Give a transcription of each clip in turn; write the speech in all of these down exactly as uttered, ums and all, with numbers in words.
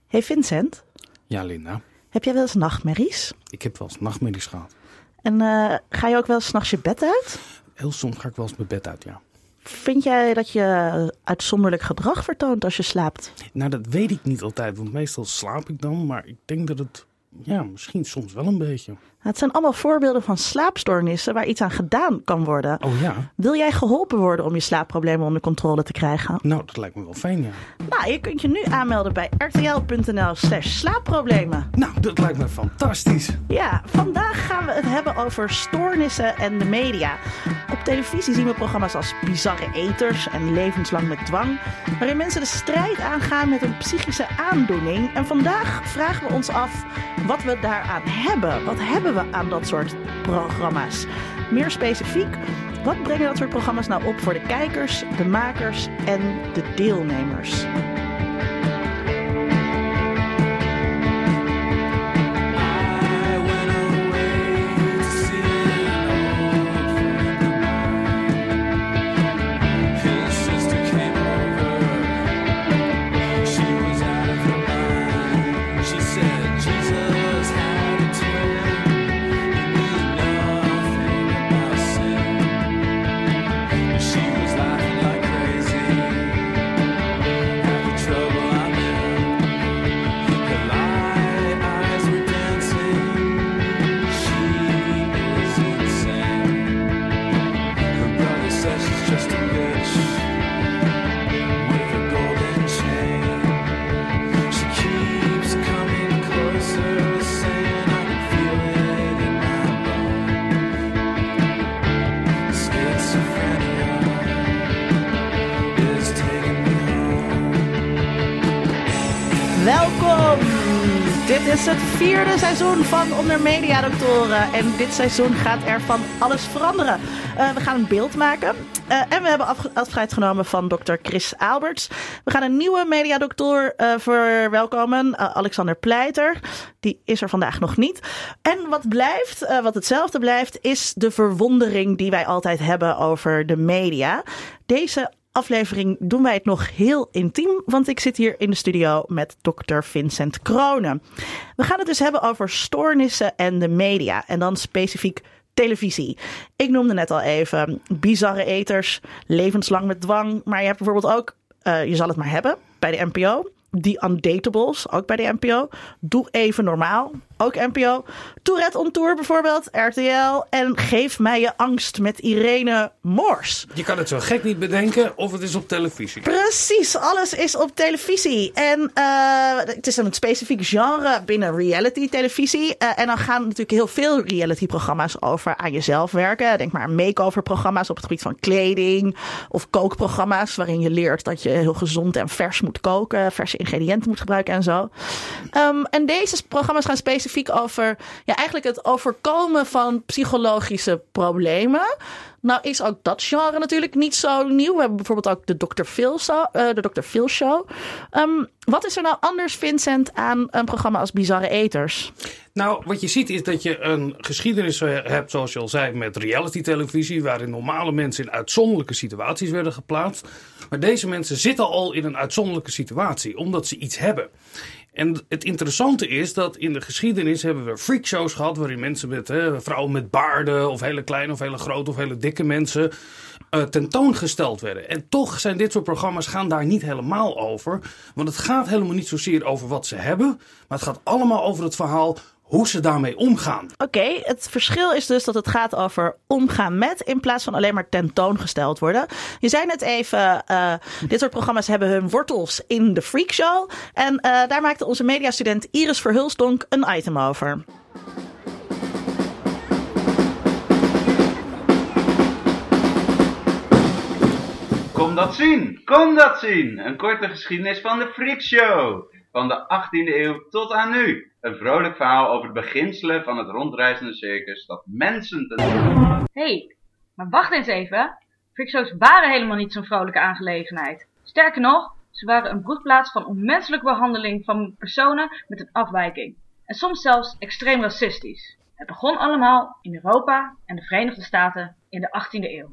Hey Vincent. Ja, Linda. Heb jij wel eens nachtmerries? Ik heb wel eens nachtmerries gehad. En uh, ga je ook wel eens 's nachts je bed uit? Heel soms ga ik wel eens mijn bed uit, ja. Vind jij dat je uitzonderlijk gedrag vertoont als je slaapt? Nou, dat weet ik niet altijd, want meestal slaap ik dan. Maar ik denk dat het, ja, misschien soms wel een beetje. Het zijn allemaal voorbeelden van slaapstoornissen waar iets aan gedaan kan worden. Oh ja? Wil jij geholpen worden om je slaapproblemen onder controle te krijgen? Nou, dat lijkt me wel fijn, ja. Nou, je kunt je nu aanmelden bij rtl.nl slash slaapproblemen. Nou, dat lijkt me fantastisch. Ja, vandaag gaan we het hebben over stoornissen en de media. Op televisie zien we programma's als Bizarre Eters en Levenslang met Dwang, waarin mensen de strijd aangaan met een psychische aandoening. En vandaag vragen we ons af wat we daaraan hebben. Wat hebben we aan dat soort programma's? Meer specifiek, wat brengen dat soort programma's nou op voor de kijkers, de makers en de deelnemers? Welkom! Dit is het vierde seizoen van Onder Mediadoktoren. En dit seizoen gaat er van alles veranderen. Uh, we gaan een beeld maken. Uh, en we hebben afge- afscheid genomen van dokter Chris Alberts. We gaan een nieuwe mediadokter uh, verwelkomen. Uh, Alexander Pleiter. Die is er vandaag nog niet. En wat blijft, uh, wat hetzelfde blijft, is de verwondering die wij altijd hebben over de media. Deze aflevering doen wij het nog heel intiem, want ik zit hier in de studio met dokter Vincent Kronen. We gaan het dus hebben over stoornissen en de media en dan specifiek televisie. Ik noemde net al even Bizarre Eters, Levenslang met Dwang, maar je hebt bijvoorbeeld ook, uh, je zal het maar hebben, bij de N P O. The Undatables, ook bij de N P O. Doe even normaal, ook N P O. Tourette on Tour bijvoorbeeld, R T L. En Geef mij je angst met Irene Moors. Je kan het zo gek niet bedenken of het is op televisie. Precies, alles is op televisie. En uh, het is een specifiek genre binnen reality televisie. Uh, en dan gaan natuurlijk heel veel reality programma's over aan jezelf werken. Denk maar aan makeover programma's op het gebied van kleding. Of kookprogramma's waarin je leert dat je heel gezond en vers moet koken. Verse ingrediënten moet gebruiken en zo. Um, en deze programma's gaan specifiek over ja, eigenlijk het overkomen van psychologische problemen. Nou is ook dat genre natuurlijk niet zo nieuw. We hebben bijvoorbeeld ook de dokter Phil Show. Uh, de dokter Phil Show. Um, wat is er nou anders, Vincent, aan een programma als Bizarre Eters? Nou, wat je ziet is dat je een geschiedenis hebt, zoals je al zei, met reality televisie, waarin normale mensen in uitzonderlijke situaties werden geplaatst. Maar deze mensen zitten al in een uitzonderlijke situatie, omdat ze iets hebben. En het interessante is dat in de geschiedenis hebben we freakshows gehad, waarin mensen met hè, vrouwen met baarden of hele kleine of hele grote of hele dikke mensen uh, tentoongesteld werden. En toch zijn dit soort programma's gaan daar niet helemaal over. Want het gaat helemaal niet zozeer over wat ze hebben, maar het gaat allemaal over het verhaal hoe ze daarmee omgaan. Oké, okay, het verschil is dus dat het gaat over omgaan met in plaats van alleen maar tentoongesteld worden. Je zei net even, uh, dit soort programma's hebben hun wortels in de freakshow. En uh, daar maakte onze mediastudent Iris Verhulstonk een item over. Kom dat zien, kom dat zien. Een korte geschiedenis van de freakshow. Van de achttiende eeuw tot aan nu. Een vrolijk verhaal over de beginselen van het rondreizende circus dat mensen ten... Hé, hey, maar wacht eens even. Freakshows waren helemaal niet zo'n vrolijke aangelegenheid. Sterker nog, ze waren een broedplaats van onmenselijke behandeling van personen met een afwijking. En soms zelfs extreem racistisch. Het begon allemaal in Europa en de Verenigde Staten in de achttiende eeuw.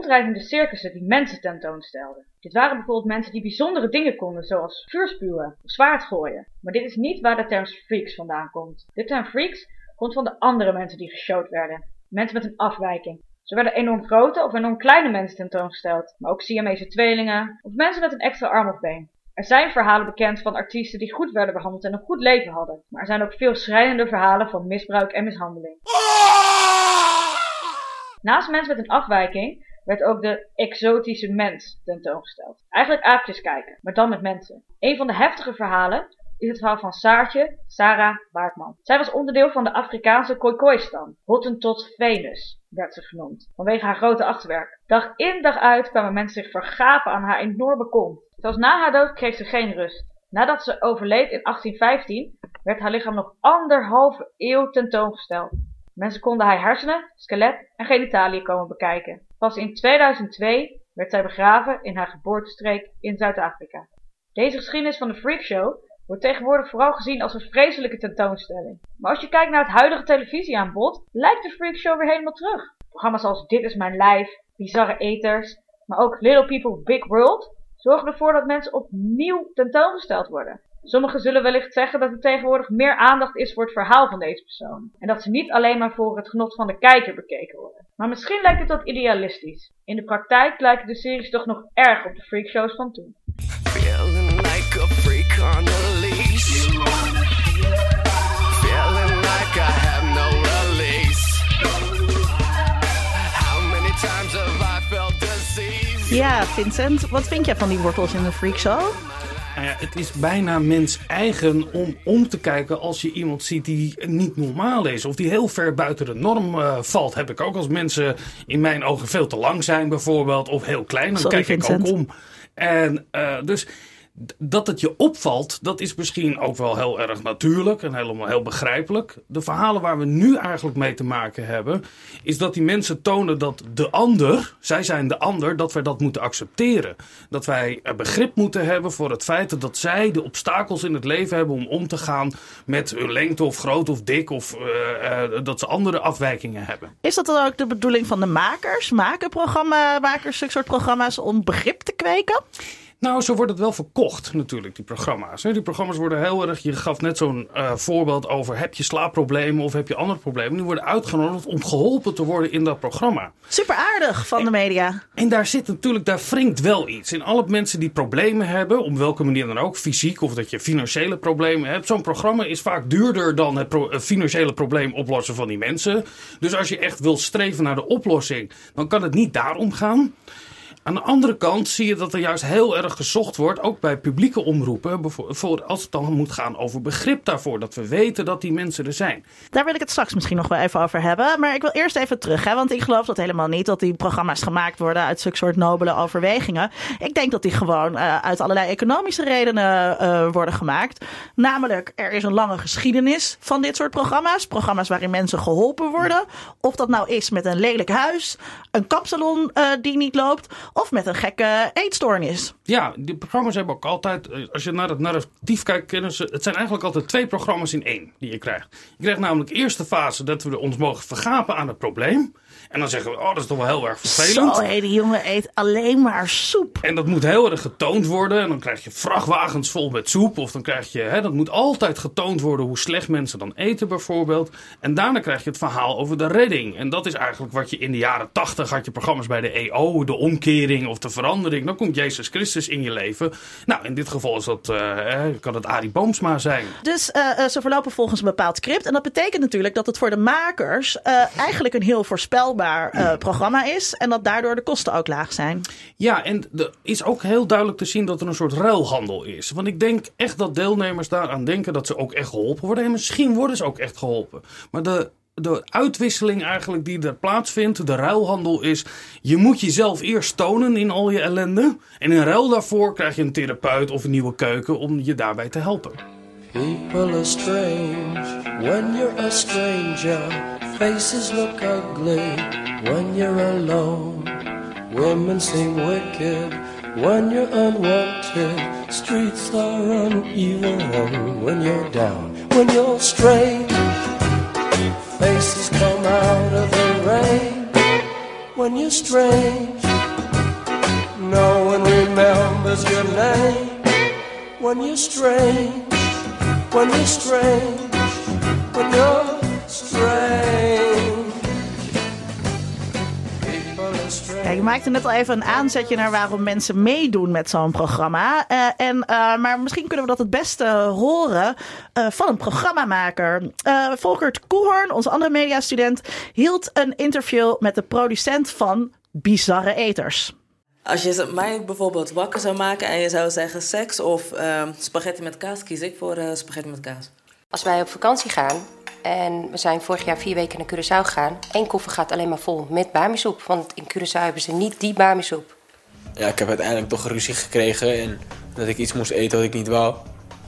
rondreizende circussen die mensen tentoonstelden. Dit waren bijvoorbeeld mensen die bijzondere dingen konden, zoals vuur spuwen of zwaard gooien. Maar dit is niet waar de term freaks vandaan komt. De term freaks komt van de andere mensen die geshowd werden. Mensen met een afwijking. Zo werden enorm grote of enorm kleine mensen tentoongesteld, maar ook Siamese tweelingen of mensen met een extra arm of been. Er zijn verhalen bekend van artiesten die goed werden behandeld en een goed leven hadden. Maar er zijn ook veel schrijnende verhalen van misbruik en mishandeling. Naast mensen met een afwijking werd ook de exotische mens tentoongesteld. Eigenlijk aapjes kijken, maar dan met mensen. Een van de heftige verhalen is het verhaal van Saartje, Sarah Baartman. Zij was onderdeel van de Afrikaanse Khoikhoi-stam. Hottentot Venus werd ze genoemd, vanwege haar grote achterwerk. Dag in dag uit kwamen mensen zich vergapen aan haar enorme kont. Zelfs na haar dood kreeg ze geen rust. Nadat ze overleed in achttien vijftien werd haar lichaam nog anderhalve eeuw tentoongesteld. Mensen konden haar hersenen, skelet en genitaliën komen bekijken. Pas in tweeduizend twee werd zij begraven in haar geboortestreek in Zuid-Afrika. Deze geschiedenis van de Freakshow wordt tegenwoordig vooral gezien als een vreselijke tentoonstelling. Maar als je kijkt naar het huidige televisieaanbod, lijkt de Freakshow weer helemaal terug. Programma's als Dit is mijn lijf, Bizarre eters, maar ook Little People Big World zorgen ervoor dat mensen opnieuw tentoongesteld worden. Sommigen zullen wellicht zeggen dat er tegenwoordig meer aandacht is voor het verhaal van deze persoon. En dat ze niet alleen maar voor het genot van de kijker bekeken worden. Maar misschien lijkt het wat idealistisch. In de praktijk lijken de series toch nog erg op de freakshows van toen. Feeling like a freak on a leash. Feeling like I have no release. How many times have I felt disease? Ja, Vincent, wat vind jij van die wortels in de freakshow? Nou ja, het is bijna mens eigen om om te kijken als je iemand ziet die niet normaal is. Of die heel ver buiten de norm uh, valt. Heb ik ook als mensen in mijn ogen veel te lang zijn bijvoorbeeld. Of heel klein, dan Sorry, kijk Vincent. ik ook om. En uh, dus dat het je opvalt, dat is misschien ook wel heel erg natuurlijk en helemaal heel begrijpelijk. De verhalen waar we nu eigenlijk mee te maken hebben, is dat die mensen tonen dat de ander, zij zijn de ander, dat wij dat moeten accepteren. Dat wij begrip moeten hebben voor het feit dat zij de obstakels in het leven hebben om om te gaan met hun lengte of groot of dik of uh, uh, dat ze andere afwijkingen hebben. Is dat dan ook de bedoeling van de makers? Maken programmamakers zulke soort programma's om begrip te kweken? Nou, zo wordt het wel verkocht natuurlijk, die programma's. Die programma's worden heel erg, je gaf net zo'n uh, voorbeeld over, heb je slaapproblemen of heb je andere problemen? Die worden uitgenodigd om geholpen te worden in dat programma. Super aardig van de media. En daar zit natuurlijk, daar wringt wel iets. In alle mensen die problemen hebben, op welke manier dan ook, fysiek of dat je financiële problemen hebt. Zo'n programma is vaak duurder dan het pro- uh, financiële probleem oplossen van die mensen. Dus als je echt wil streven naar de oplossing, dan kan het niet daarom gaan. Aan de andere kant zie je dat er juist heel erg gezocht wordt, ook bij publieke omroepen, voor als het dan moet gaan over begrip daarvoor, dat we weten dat die mensen er zijn. Daar wil ik het straks misschien nog wel even over hebben. Maar ik wil eerst even terug, hè, want ik geloof dat helemaal niet dat die programma's gemaakt worden uit zulke soort nobele overwegingen. Ik denk dat die gewoon uh, uit allerlei economische redenen uh, worden gemaakt. Namelijk, er is een lange geschiedenis van dit soort programma's. Programma's waarin mensen geholpen worden. Of dat nou is met een lelijk huis, een kapsalon uh, die niet loopt, of met een gekke eetstoornis. Ja, die programma's hebben ook altijd, als je naar het narratief kijkt, kennen ze, het zijn eigenlijk altijd twee programma's in één die je krijgt. Je krijgt namelijk de eerste fase dat we ons mogen vergapen aan het probleem. En dan zeggen we, oh, dat is toch wel heel erg vervelend. Zo, hé, die jongen eet alleen maar soep. En dat moet heel erg getoond worden. En dan krijg je vrachtwagens vol met soep. Of dan krijg je, hè, dat moet altijd getoond worden hoe slecht mensen dan eten bijvoorbeeld. En daarna krijg je het verhaal over de redding. En dat is eigenlijk wat je in de jaren tachtig had je programma's bij de E O. De omkering of de verandering. Dan komt Jezus Christus in je leven. Nou, in dit geval is dat, uh, kan het Arie Boomsma zijn. Dus uh, ze verlopen volgens een bepaald script. En dat betekent natuurlijk dat het voor de makers uh, eigenlijk een heel voorspelbaar Uh, programma is en dat daardoor de kosten ook laag zijn. Ja, en er is ook heel duidelijk te zien dat er een soort ruilhandel is. Want ik denk echt dat deelnemers daaraan denken dat ze ook echt geholpen worden. En misschien worden ze ook echt geholpen. Maar de, de uitwisseling eigenlijk die er plaatsvindt, de ruilhandel is, je moet jezelf eerst tonen in al je ellende. En in ruil daarvoor krijg je een therapeut of een nieuwe keuken om je daarbij te helpen. People are strange when you're a stranger. Faces look ugly when you're alone. Women seem wicked when you're unwanted. Streets are uneven when you're down. When you're strange, faces come out of the rain. When you're strange, is your name. When you're strange, when you're strange, when you're strange. People are strange. Kijk, ik maakte net al even een aanzetje naar waarom mensen meedoen met zo'n programma. Uh, en, uh, maar misschien kunnen we dat het beste horen uh, van een programmamaker. Uh, Volkert Koehoorn, onze andere mediastudent, hield een interview met de producent van Bizarre Eters. Als je mij bijvoorbeeld wakker zou maken en je zou zeggen seks of uh, spaghetti met kaas, kies ik voor uh, spaghetti met kaas. Als wij op vakantie gaan en we zijn vorig jaar vier weken naar Curaçao gegaan, één koffer gaat alleen maar vol met bamisoep, want in Curaçao hebben ze niet die bamisoep. Ja, ik heb uiteindelijk toch ruzie gekregen en dat ik iets moest eten wat ik niet wou.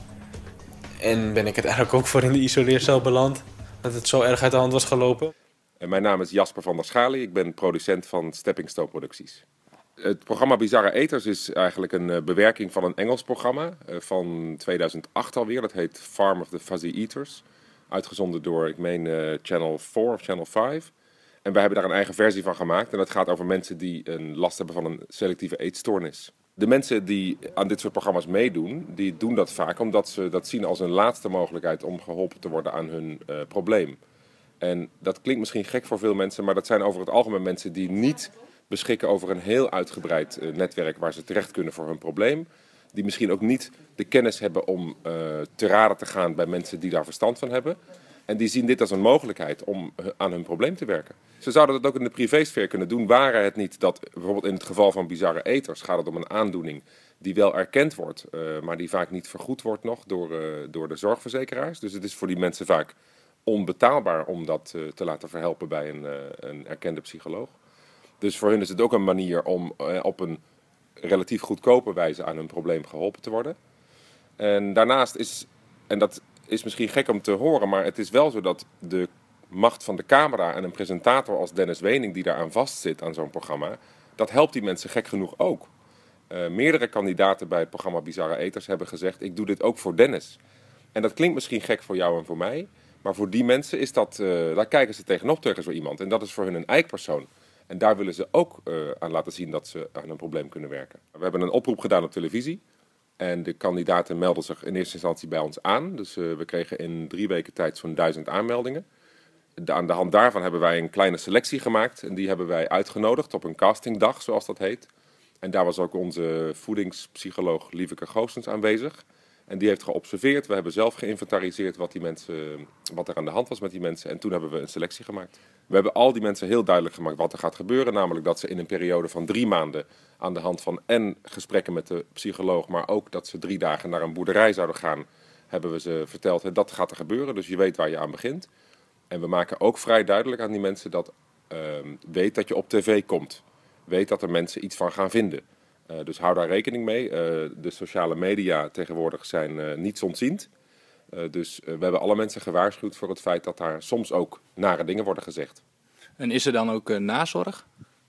En ben ik het eigenlijk ook voor in de isoleercel beland, dat het zo erg uit de hand was gelopen. En mijn naam is Jasper van der Schali, ik ben producent van Stepping Stone Producties. Het programma Bizarre Eters is eigenlijk een uh, bewerking van een Engels programma uh, van tweeduizend acht alweer. Dat heet Farm of the Fuzzy Eaters. Uitgezonden door, ik meen, uh, Channel vier of Channel vijf. En wij hebben daar een eigen versie van gemaakt. En dat gaat over mensen die een last hebben van een selectieve eetstoornis. De mensen die aan dit soort programma's meedoen, die doen dat vaak omdat ze dat zien als een laatste mogelijkheid om geholpen te worden aan hun uh, probleem. En dat klinkt misschien gek voor veel mensen, maar dat zijn over het algemeen mensen die niet beschikken over een heel uitgebreid uh, netwerk waar ze terecht kunnen voor hun probleem. Die misschien ook niet de kennis hebben om uh, te raden te gaan bij mensen die daar verstand van hebben. En die zien dit als een mogelijkheid om uh, aan hun probleem te werken. Ze zouden dat ook in de privésfeer kunnen doen, waren het niet dat bijvoorbeeld in het geval van Bizarre Eters gaat het om een aandoening die wel erkend wordt, uh, maar die vaak niet vergoed wordt nog door, uh, door de zorgverzekeraars. Dus het is voor die mensen vaak onbetaalbaar om dat uh, te laten verhelpen bij een, uh, een erkende psycholoog. Dus voor hen is het ook een manier om uh, op een relatief goedkope wijze aan hun probleem geholpen te worden. En daarnaast is, en dat is misschien gek om te horen, maar het is wel zo dat de macht van de camera en een presentator als Dennis Wening die daaraan vastzit aan zo'n programma, dat helpt die mensen gek genoeg ook. Uh, meerdere kandidaten bij het programma Bizarre Eters hebben gezegd, ik doe dit ook voor Dennis. En dat klinkt misschien gek voor jou en voor mij, maar voor die mensen is dat, uh, daar kijken ze tegenop tegen zo iemand. En dat is voor hun een eikpersoon. En daar willen ze ook uh, aan laten zien dat ze aan een probleem kunnen werken. We hebben een oproep gedaan op televisie. En de kandidaten melden zich in eerste instantie bij ons aan. Dus uh, we kregen in drie weken tijd zo'n duizend aanmeldingen. De, aan de hand daarvan hebben wij een kleine selectie gemaakt. En die hebben wij uitgenodigd op een castingdag, zoals dat heet. En daar was ook onze voedingspsycholoog Lieveke Goossens aanwezig. En die heeft geobserveerd. We hebben zelf geïnventariseerd wat, die mensen, wat er aan de hand was met die mensen. En toen hebben we een selectie gemaakt. We hebben al die mensen heel duidelijk gemaakt wat er gaat gebeuren. Namelijk dat ze in een periode van drie maanden aan de hand van en gesprekken met de psycholoog, maar ook dat ze drie dagen naar een boerderij zouden gaan, hebben we ze verteld. Dat gaat er gebeuren, dus je weet waar je aan begint. En we maken ook vrij duidelijk aan die mensen dat uh, weet dat je op tv komt. Weet dat er mensen iets van gaan vinden. Uh, dus hou daar rekening mee. Uh, de sociale media tegenwoordig zijn uh, niets ontziend. Uh, dus uh, we hebben alle mensen gewaarschuwd voor het feit dat daar soms ook nare dingen worden gezegd. En is er dan ook uh, nazorg?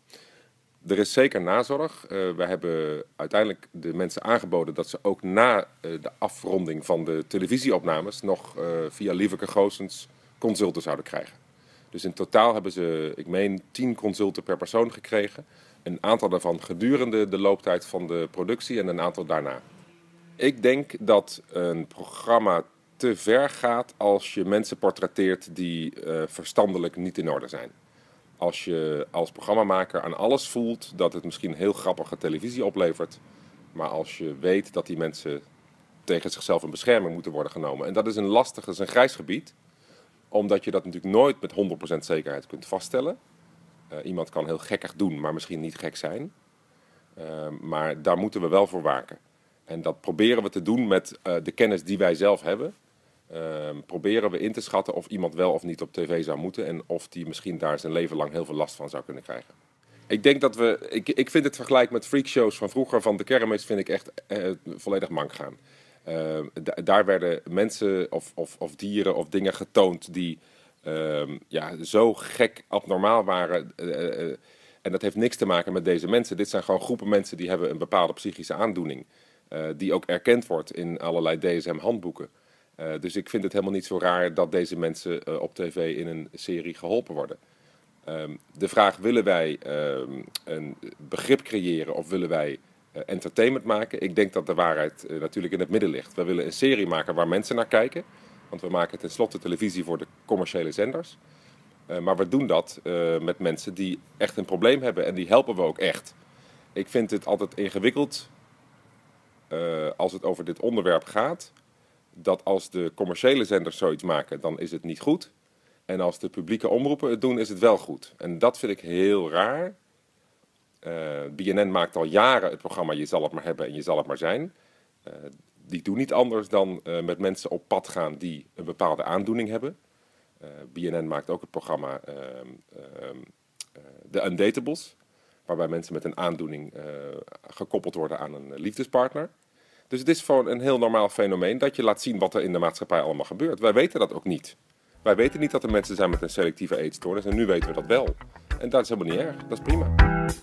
Er is zeker nazorg. Uh, we hebben uiteindelijk de mensen aangeboden dat ze ook na uh, de afronding van de televisieopnames nog uh, via Lieveke Goossens consulten zouden krijgen. Dus in totaal hebben ze, ik meen, tien consulten per persoon gekregen. Een aantal daarvan gedurende de looptijd van de productie en een aantal daarna. Ik denk dat een programma te ver gaat als je mensen portretteert die uh, verstandelijk niet in orde zijn. Als je als programmamaker aan alles voelt dat het misschien heel grappige televisie oplevert, maar als je weet dat die mensen tegen zichzelf in bescherming moeten worden genomen. En dat is een lastig, dat is een grijs gebied, omdat je dat natuurlijk nooit met honderd procent zekerheid kunt vaststellen. Uh, iemand kan heel gekkig doen, maar misschien niet gek zijn. Uh, maar daar moeten we wel voor waken. En dat proberen we te doen met uh, de kennis die wij zelf hebben. Uh, proberen we in te schatten of iemand wel of niet op tv zou moeten en of die misschien daar zijn leven lang heel veel last van zou kunnen krijgen. Ik denk dat we, ik, ik vind het vergelijk met freakshows van vroeger, van de kermis, vind ik echt uh, volledig mank gaan. Uh, d- daar werden mensen of, of, of dieren of dingen getoond die uh, ja, zo gek abnormaal waren. Uh, uh, en dat heeft niks te maken met deze mensen. Dit zijn gewoon groepen mensen die hebben een bepaalde psychische aandoening. Uh, die ook erkend wordt in allerlei D S M-handboeken. Uh, dus ik vind het helemaal niet zo raar dat deze mensen uh, op tv in een serie geholpen worden. Um, de vraag, willen wij um, een begrip creëren of willen wij uh, entertainment maken. Ik denk dat de waarheid uh, natuurlijk in het midden ligt. We willen een serie maken waar mensen naar kijken. Want we maken tenslotte televisie voor de commerciële zenders. Uh, maar we doen dat uh, met mensen die echt een probleem hebben. En die helpen we ook echt. Ik vind het altijd ingewikkeld uh, als het over dit onderwerp gaat. Dat als de commerciële zenders zoiets maken, dan is het niet goed. En als de publieke omroepen het doen, is het wel goed. En dat vind ik heel raar. Uh, B N N maakt al jaren het programma Je zal het maar hebben en je zal het maar zijn. Uh, die doen niet anders dan uh, met mensen op pad gaan die een bepaalde aandoening hebben. Uh, B N N maakt ook het programma uh, uh, uh, The Undatables. Waarbij mensen met een aandoening uh, gekoppeld worden aan een liefdespartner. Dus het is gewoon een heel normaal fenomeen dat je laat zien wat er in de maatschappij allemaal gebeurt. Wij weten dat ook niet. Wij weten niet dat er mensen zijn met een selectieve eetstoornis en nu weten we dat wel. En dat is helemaal niet erg, dat is prima.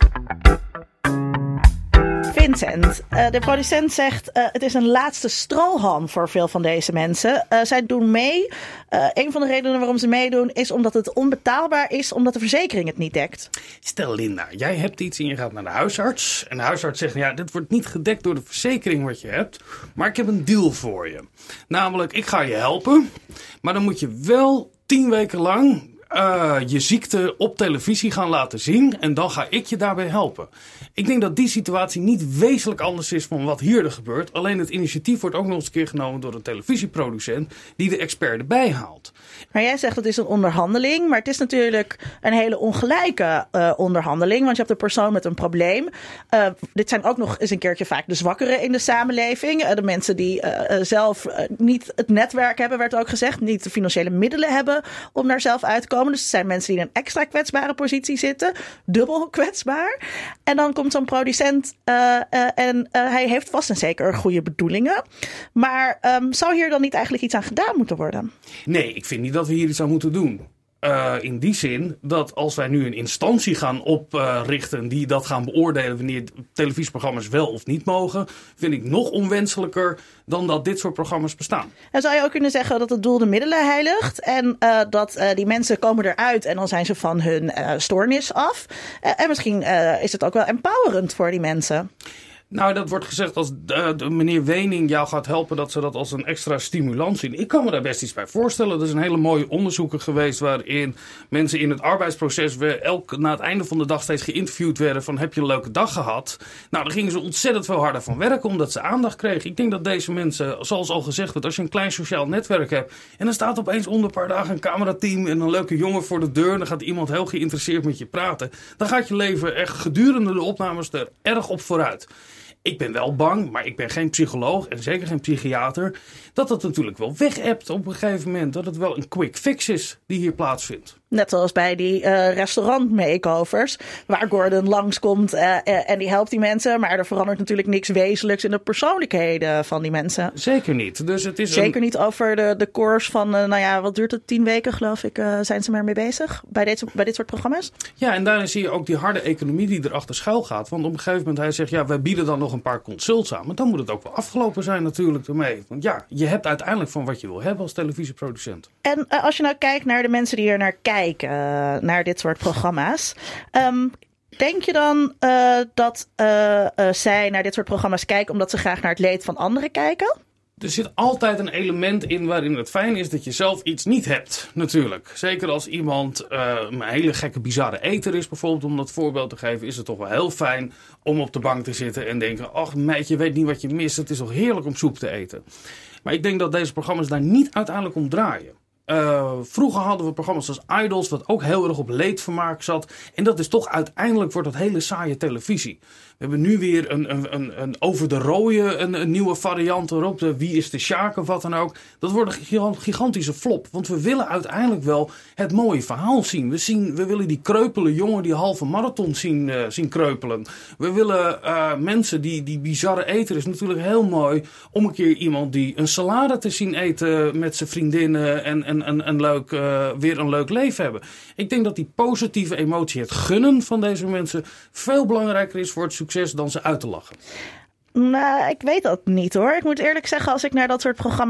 Vincent, uh, de producent zegt uh, het is een laatste strohalm voor veel van deze mensen. Uh, zij doen mee. Uh, een van de redenen waarom ze meedoen is omdat het onbetaalbaar is, omdat de verzekering het niet dekt. Stel Linda, jij hebt iets en je gaat naar de huisarts. En de huisarts zegt, ja, dit wordt niet gedekt door de verzekering wat je hebt. Maar ik heb een deal voor je. Namelijk, ik ga je helpen. Maar dan moet je wel tien weken lang Uh, je ziekte op televisie gaan laten zien en dan ga ik je daarbij helpen. Ik denk dat die situatie niet wezenlijk anders is van wat hier er gebeurt. Alleen het initiatief wordt ook nog eens een keer genomen door een televisieproducent die de expert erbij haalt. Maar jij zegt het is een onderhandeling, maar het is natuurlijk een hele ongelijke uh, onderhandeling. Want je hebt een persoon met een probleem. Uh, dit zijn ook nog eens een keertje vaak de zwakkeren in de samenleving. Uh, de mensen die uh, zelf uh, niet het netwerk hebben, werd ook gezegd. Niet de financiële middelen hebben om daar zelf uit te komen. Dus het zijn mensen die in een extra kwetsbare positie zitten. Dubbel kwetsbaar. En dan komt zo'n producent uh, uh, en uh, hij heeft vast en zeker goede bedoelingen. Maar um, zou hier dan niet eigenlijk iets aan gedaan moeten worden? Nee, ik vind niet dat we hier iets aan moeten doen. Uh, in die zin dat als wij nu een instantie gaan oprichten uh, die dat gaan beoordelen wanneer televisieprogramma's wel of niet mogen, vind ik nog onwenselijker dan dat dit soort programma's bestaan. En zou je ook kunnen zeggen dat het doel de middelen heiligt en uh, dat uh, die mensen komen eruit en dan zijn ze van hun uh, stoornis af. Uh, en misschien uh, is het ook wel empowerend voor die mensen. Nou, dat wordt gezegd als de, de meneer Wening jou gaat helpen dat ze dat als een extra stimulans zien. Ik kan me daar best iets bij voorstellen. Er zijn hele mooie onderzoeken geweest waarin mensen in het arbeidsproces weer elk, na het einde van de dag steeds geïnterviewd werden van heb je een leuke dag gehad? Nou, dan gingen ze ontzettend veel harder van werken omdat ze aandacht kregen. Ik denk dat deze mensen, zoals al gezegd werd, als je een klein sociaal netwerk hebt en dan staat opeens onder een paar dagen een camerateam en een leuke jongen voor de deur en dan gaat iemand heel geïnteresseerd met je praten, dan gaat je leven echt gedurende de opnames er erg op vooruit. Ik ben wel bang, maar ik ben geen psycholoog en zeker geen psychiater, dat het natuurlijk wel weg-appt op een gegeven moment. Dat het wel een quick fix is die hier plaatsvindt. Net zoals bij die uh, restaurant-makeovers, waar Gordon langskomt uh, uh, en die helpt die mensen. Maar er verandert natuurlijk niks wezenlijks in de persoonlijkheden van die mensen. Zeker niet. Dus het is Zeker een... niet over de, de course van, uh, nou ja, wat duurt het? Tien weken geloof ik, uh, zijn ze maar mee bezig bij dit, bij dit soort programma's. Ja, en daarin zie je ook die harde economie die erachter schuil gaat. Want op een gegeven moment hij zegt, ja, wij bieden dan nog een paar consults aan. Maar dan moet het ook wel afgelopen zijn natuurlijk ermee. Want ja, je hebt uiteindelijk van wat je wil hebben als televisieproducent. En uh, als je nou kijkt naar de mensen die er naar kijken, uh, naar dit soort programma's. Um, denk je dan uh, dat uh, uh, zij naar dit soort programma's kijken omdat ze graag naar het leed van anderen kijken? Er zit altijd een element in waarin het fijn is dat je zelf iets niet hebt, natuurlijk. Zeker als iemand uh, een hele gekke, bizarre eter is, bijvoorbeeld, om dat voorbeeld te geven, is het toch wel heel fijn om op de bank te zitten en denken, ach meid, je weet niet wat je mist, het is toch heerlijk om soep te eten. Maar ik denk dat deze programma's daar niet uiteindelijk om draaien. Uh, vroeger hadden we programma's als Idols, wat ook heel erg op leedvermaak zat. En dat is toch uiteindelijk wordt dat hele saaie televisie. We hebben nu weer een, een, een, een over de rode, een, een nieuwe variant erop. De Wie is de Sjaak of wat dan ook. Dat wordt een gigantische flop. Want we willen uiteindelijk wel het mooie verhaal zien. We, zien, we willen die kreupele jongen die halve marathon zien, uh, zien kreupelen. We willen uh, mensen die, die bizarre eten. Het is natuurlijk heel mooi om een keer iemand die een salade te zien eten met zijn vriendinnen. En, en, en, en leuk, uh, weer een leuk leven hebben. Ik denk dat die positieve emotie, het gunnen van deze mensen, veel belangrijker is voor het succes dan ze uit te lachen. Nou, ik weet dat niet hoor. Ik moet eerlijk zeggen, als ik naar dat soort programma's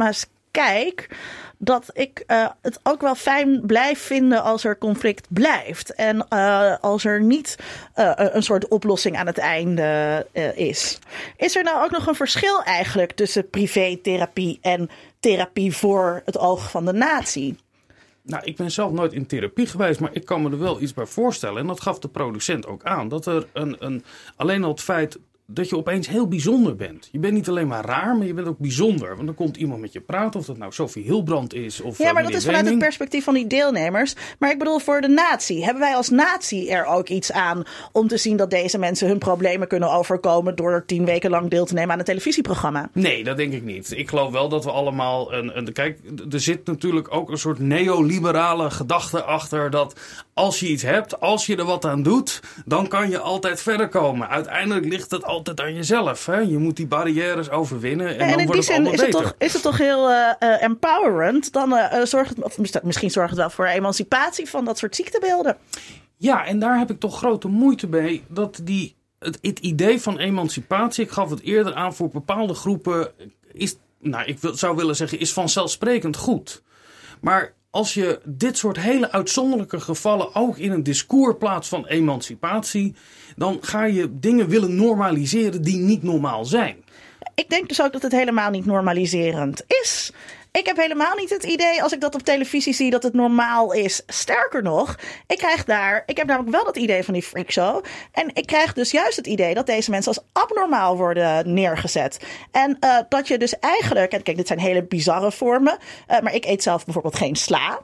kijk, dat ik uh, het ook wel fijn blijf vinden als er conflict blijft. En uh, als er niet uh, een soort oplossing aan het einde uh, is. Is er nou ook nog een verschil eigenlijk tussen privétherapie en therapie voor het oog van de natie? Nou, ik ben zelf nooit in therapie geweest, maar ik kan me er wel iets bij voorstellen. En dat gaf de producent ook aan. Dat er een, een alleen al het feit dat je opeens heel bijzonder bent. Je bent niet alleen maar raar, maar je bent ook bijzonder. Want dan komt iemand met je praten, of dat nou Sophie Hilbrand is of Ja, maar uh, dat is vanuit Wening. het perspectief van die deelnemers. Maar ik bedoel, voor de natie. Hebben wij als natie er ook iets aan om te zien dat deze mensen hun problemen kunnen overkomen door tien weken lang deel te nemen aan een televisieprogramma? Nee, dat denk ik niet. Ik geloof wel dat we allemaal... Een, een, kijk, er zit natuurlijk ook een soort neoliberale gedachte achter dat als je iets hebt, als je er wat aan doet, dan kan je altijd verder komen. Uiteindelijk ligt het altijd aan jezelf. Hè? Je moet die barrières overwinnen en, En, dan en in wordt die het zin allemaal is het, beter. toch, is het toch heel uh, uh, empowerend. Dan uh, zorgt het, of misschien zorgt het wel voor emancipatie van dat soort ziektebeelden. Ja, en daar heb ik toch grote moeite mee dat die, het, het idee van emancipatie, ik gaf het eerder aan, voor bepaalde groepen is, nou, ik wil, zou willen zeggen, is vanzelfsprekend goed. Maar als je dit soort hele uitzonderlijke gevallen ook in een discours plaatst van emancipatie, dan ga je dingen willen normaliseren die niet normaal zijn. Ik denk dus ook dat het helemaal niet normaliserend is. Ik heb helemaal niet het idee, als ik dat op televisie zie, dat het normaal is. Sterker nog, ik krijg daar, ik heb namelijk wel dat idee van die freakshow. En ik krijg dus juist het idee dat deze mensen als abnormaal worden neergezet. En uh, dat je dus eigenlijk, en kijk, dit zijn hele bizarre vormen, uh, maar ik eet zelf bijvoorbeeld geen sla.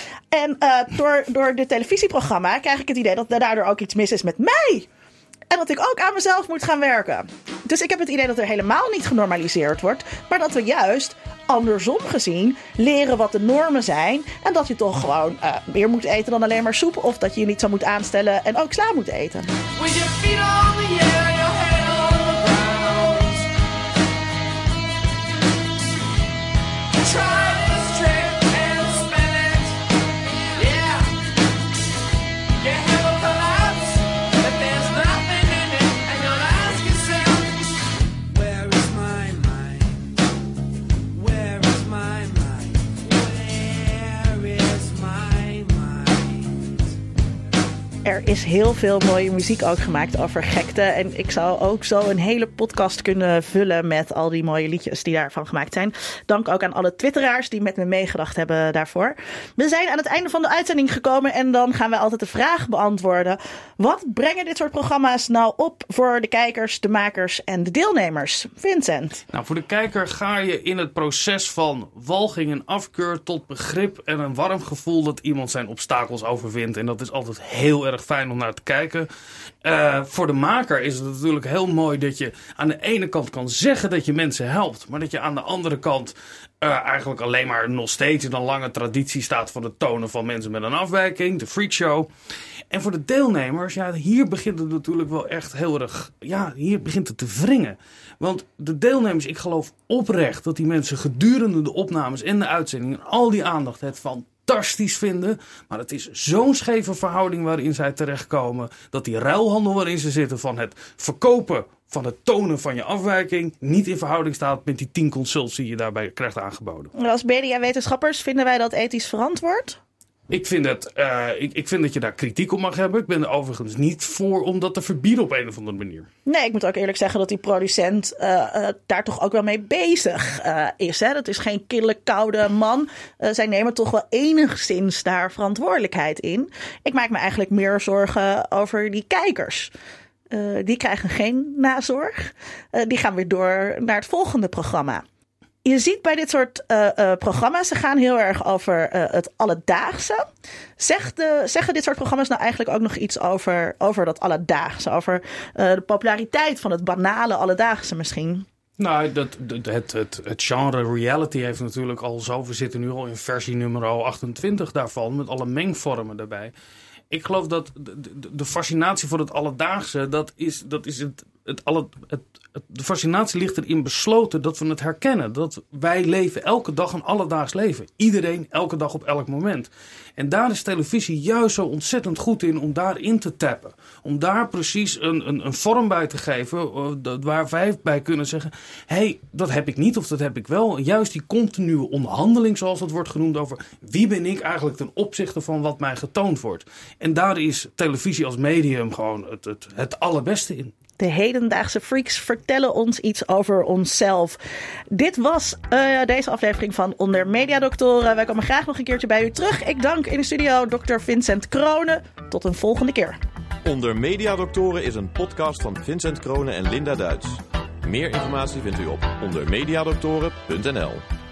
En uh, door, door dit televisieprogramma krijg ik het idee dat er daardoor ook iets mis is met mij. En dat ik ook aan mezelf moet gaan werken. Dus ik heb het idee dat er helemaal niet genormaliseerd wordt. Maar dat we juist, andersom gezien, leren wat de normen zijn. En dat je toch gewoon uh, meer moet eten dan alleen maar soep. Of dat je je niet zo moet aanstellen en ook sla moet eten. Er is heel veel mooie muziek ook gemaakt over gekte. En ik zou ook zo een hele podcast kunnen vullen met al die mooie liedjes die daarvan gemaakt zijn. Dank ook aan alle twitteraars die met me meegedacht hebben daarvoor. We zijn aan het einde van de uitzending gekomen en dan gaan we altijd de vraag beantwoorden. Wat brengen dit soort programma's nou op voor de kijkers, de makers en de deelnemers? Vincent? Nou, voor de kijker ga je in het proces van walging en afkeur tot begrip en een warm gevoel dat iemand zijn obstakels overwint. En dat is altijd heel erg fijn om naar te kijken. Uh, voor de maker is het natuurlijk heel mooi dat je aan de ene kant kan zeggen dat je mensen helpt, maar dat je aan de andere kant uh, eigenlijk alleen maar nog steeds in een lange traditie staat van het tonen van mensen met een afwijking, de freakshow. En voor de deelnemers, ja, hier begint het natuurlijk wel echt heel erg, ja, hier begint het te wringen. Want de deelnemers, ik geloof oprecht dat die mensen gedurende de opnames en de uitzendingen al die aandacht het fantastisch vinden. Maar het is zo'n scheve verhouding waarin zij terechtkomen, dat die ruilhandel waarin ze zitten van het verkopen van het tonen van je afwijking niet in verhouding staat met die tien consults die je daarbij krijgt aangeboden. Als mediawetenschappers vinden wij dat ethisch verantwoord? Ik vind, het, uh, ik, ik vind dat je daar kritiek op mag hebben. Ik ben er overigens niet voor om dat te verbieden op een of andere manier. Nee, ik moet ook eerlijk zeggen dat die producent uh, uh, daar toch ook wel mee bezig uh, is. Hè? Dat is geen kille, koude man. Uh, zij nemen toch wel enigszins daar verantwoordelijkheid in. Ik maak me eigenlijk meer zorgen over die kijkers. Uh, die krijgen geen nazorg. Uh, die gaan weer door naar het volgende programma. Je ziet bij dit soort uh, uh, programma's, ze gaan heel erg over uh, het alledaagse. Zeg de, zeggen dit soort programma's nou eigenlijk ook nog iets over, over dat alledaagse? Over uh, de populariteit van het banale alledaagse misschien? Nou, dat, het, het, het, het genre reality heeft natuurlijk al zo. We zitten nu al in versie nummer achtentwintig daarvan, met alle mengvormen daarbij. Ik geloof dat de, de, de fascinatie voor het alledaagse, dat is, dat is het het, alle, het, het, de fascinatie ligt erin besloten dat we het herkennen. Dat wij leven elke dag een alledaags leven. Iedereen, elke dag op elk moment. En daar is televisie juist zo ontzettend goed in om daarin te tappen. Om daar precies een, een, een vorm bij te geven uh, waar wij bij kunnen zeggen... hé, hey, dat heb ik niet of dat heb ik wel. Juist die continue onderhandeling, zoals dat wordt genoemd, over wie ben ik eigenlijk ten opzichte van wat mij getoond wordt. En daar is televisie als medium gewoon het, het, het allerbeste in. De hedendaagse freaks vertellen ons iets over onszelf. Dit was uh, deze aflevering van Onder Mediadoktoren. Wij komen graag nog een keertje bij u terug. Ik dank in de studio dokter Vincent Kroonen. Tot een volgende keer. Onder Mediadoktoren is een podcast van Vincent Kroonen en Linda Duits. Meer informatie vindt u op onder mediadoktoren punt n l.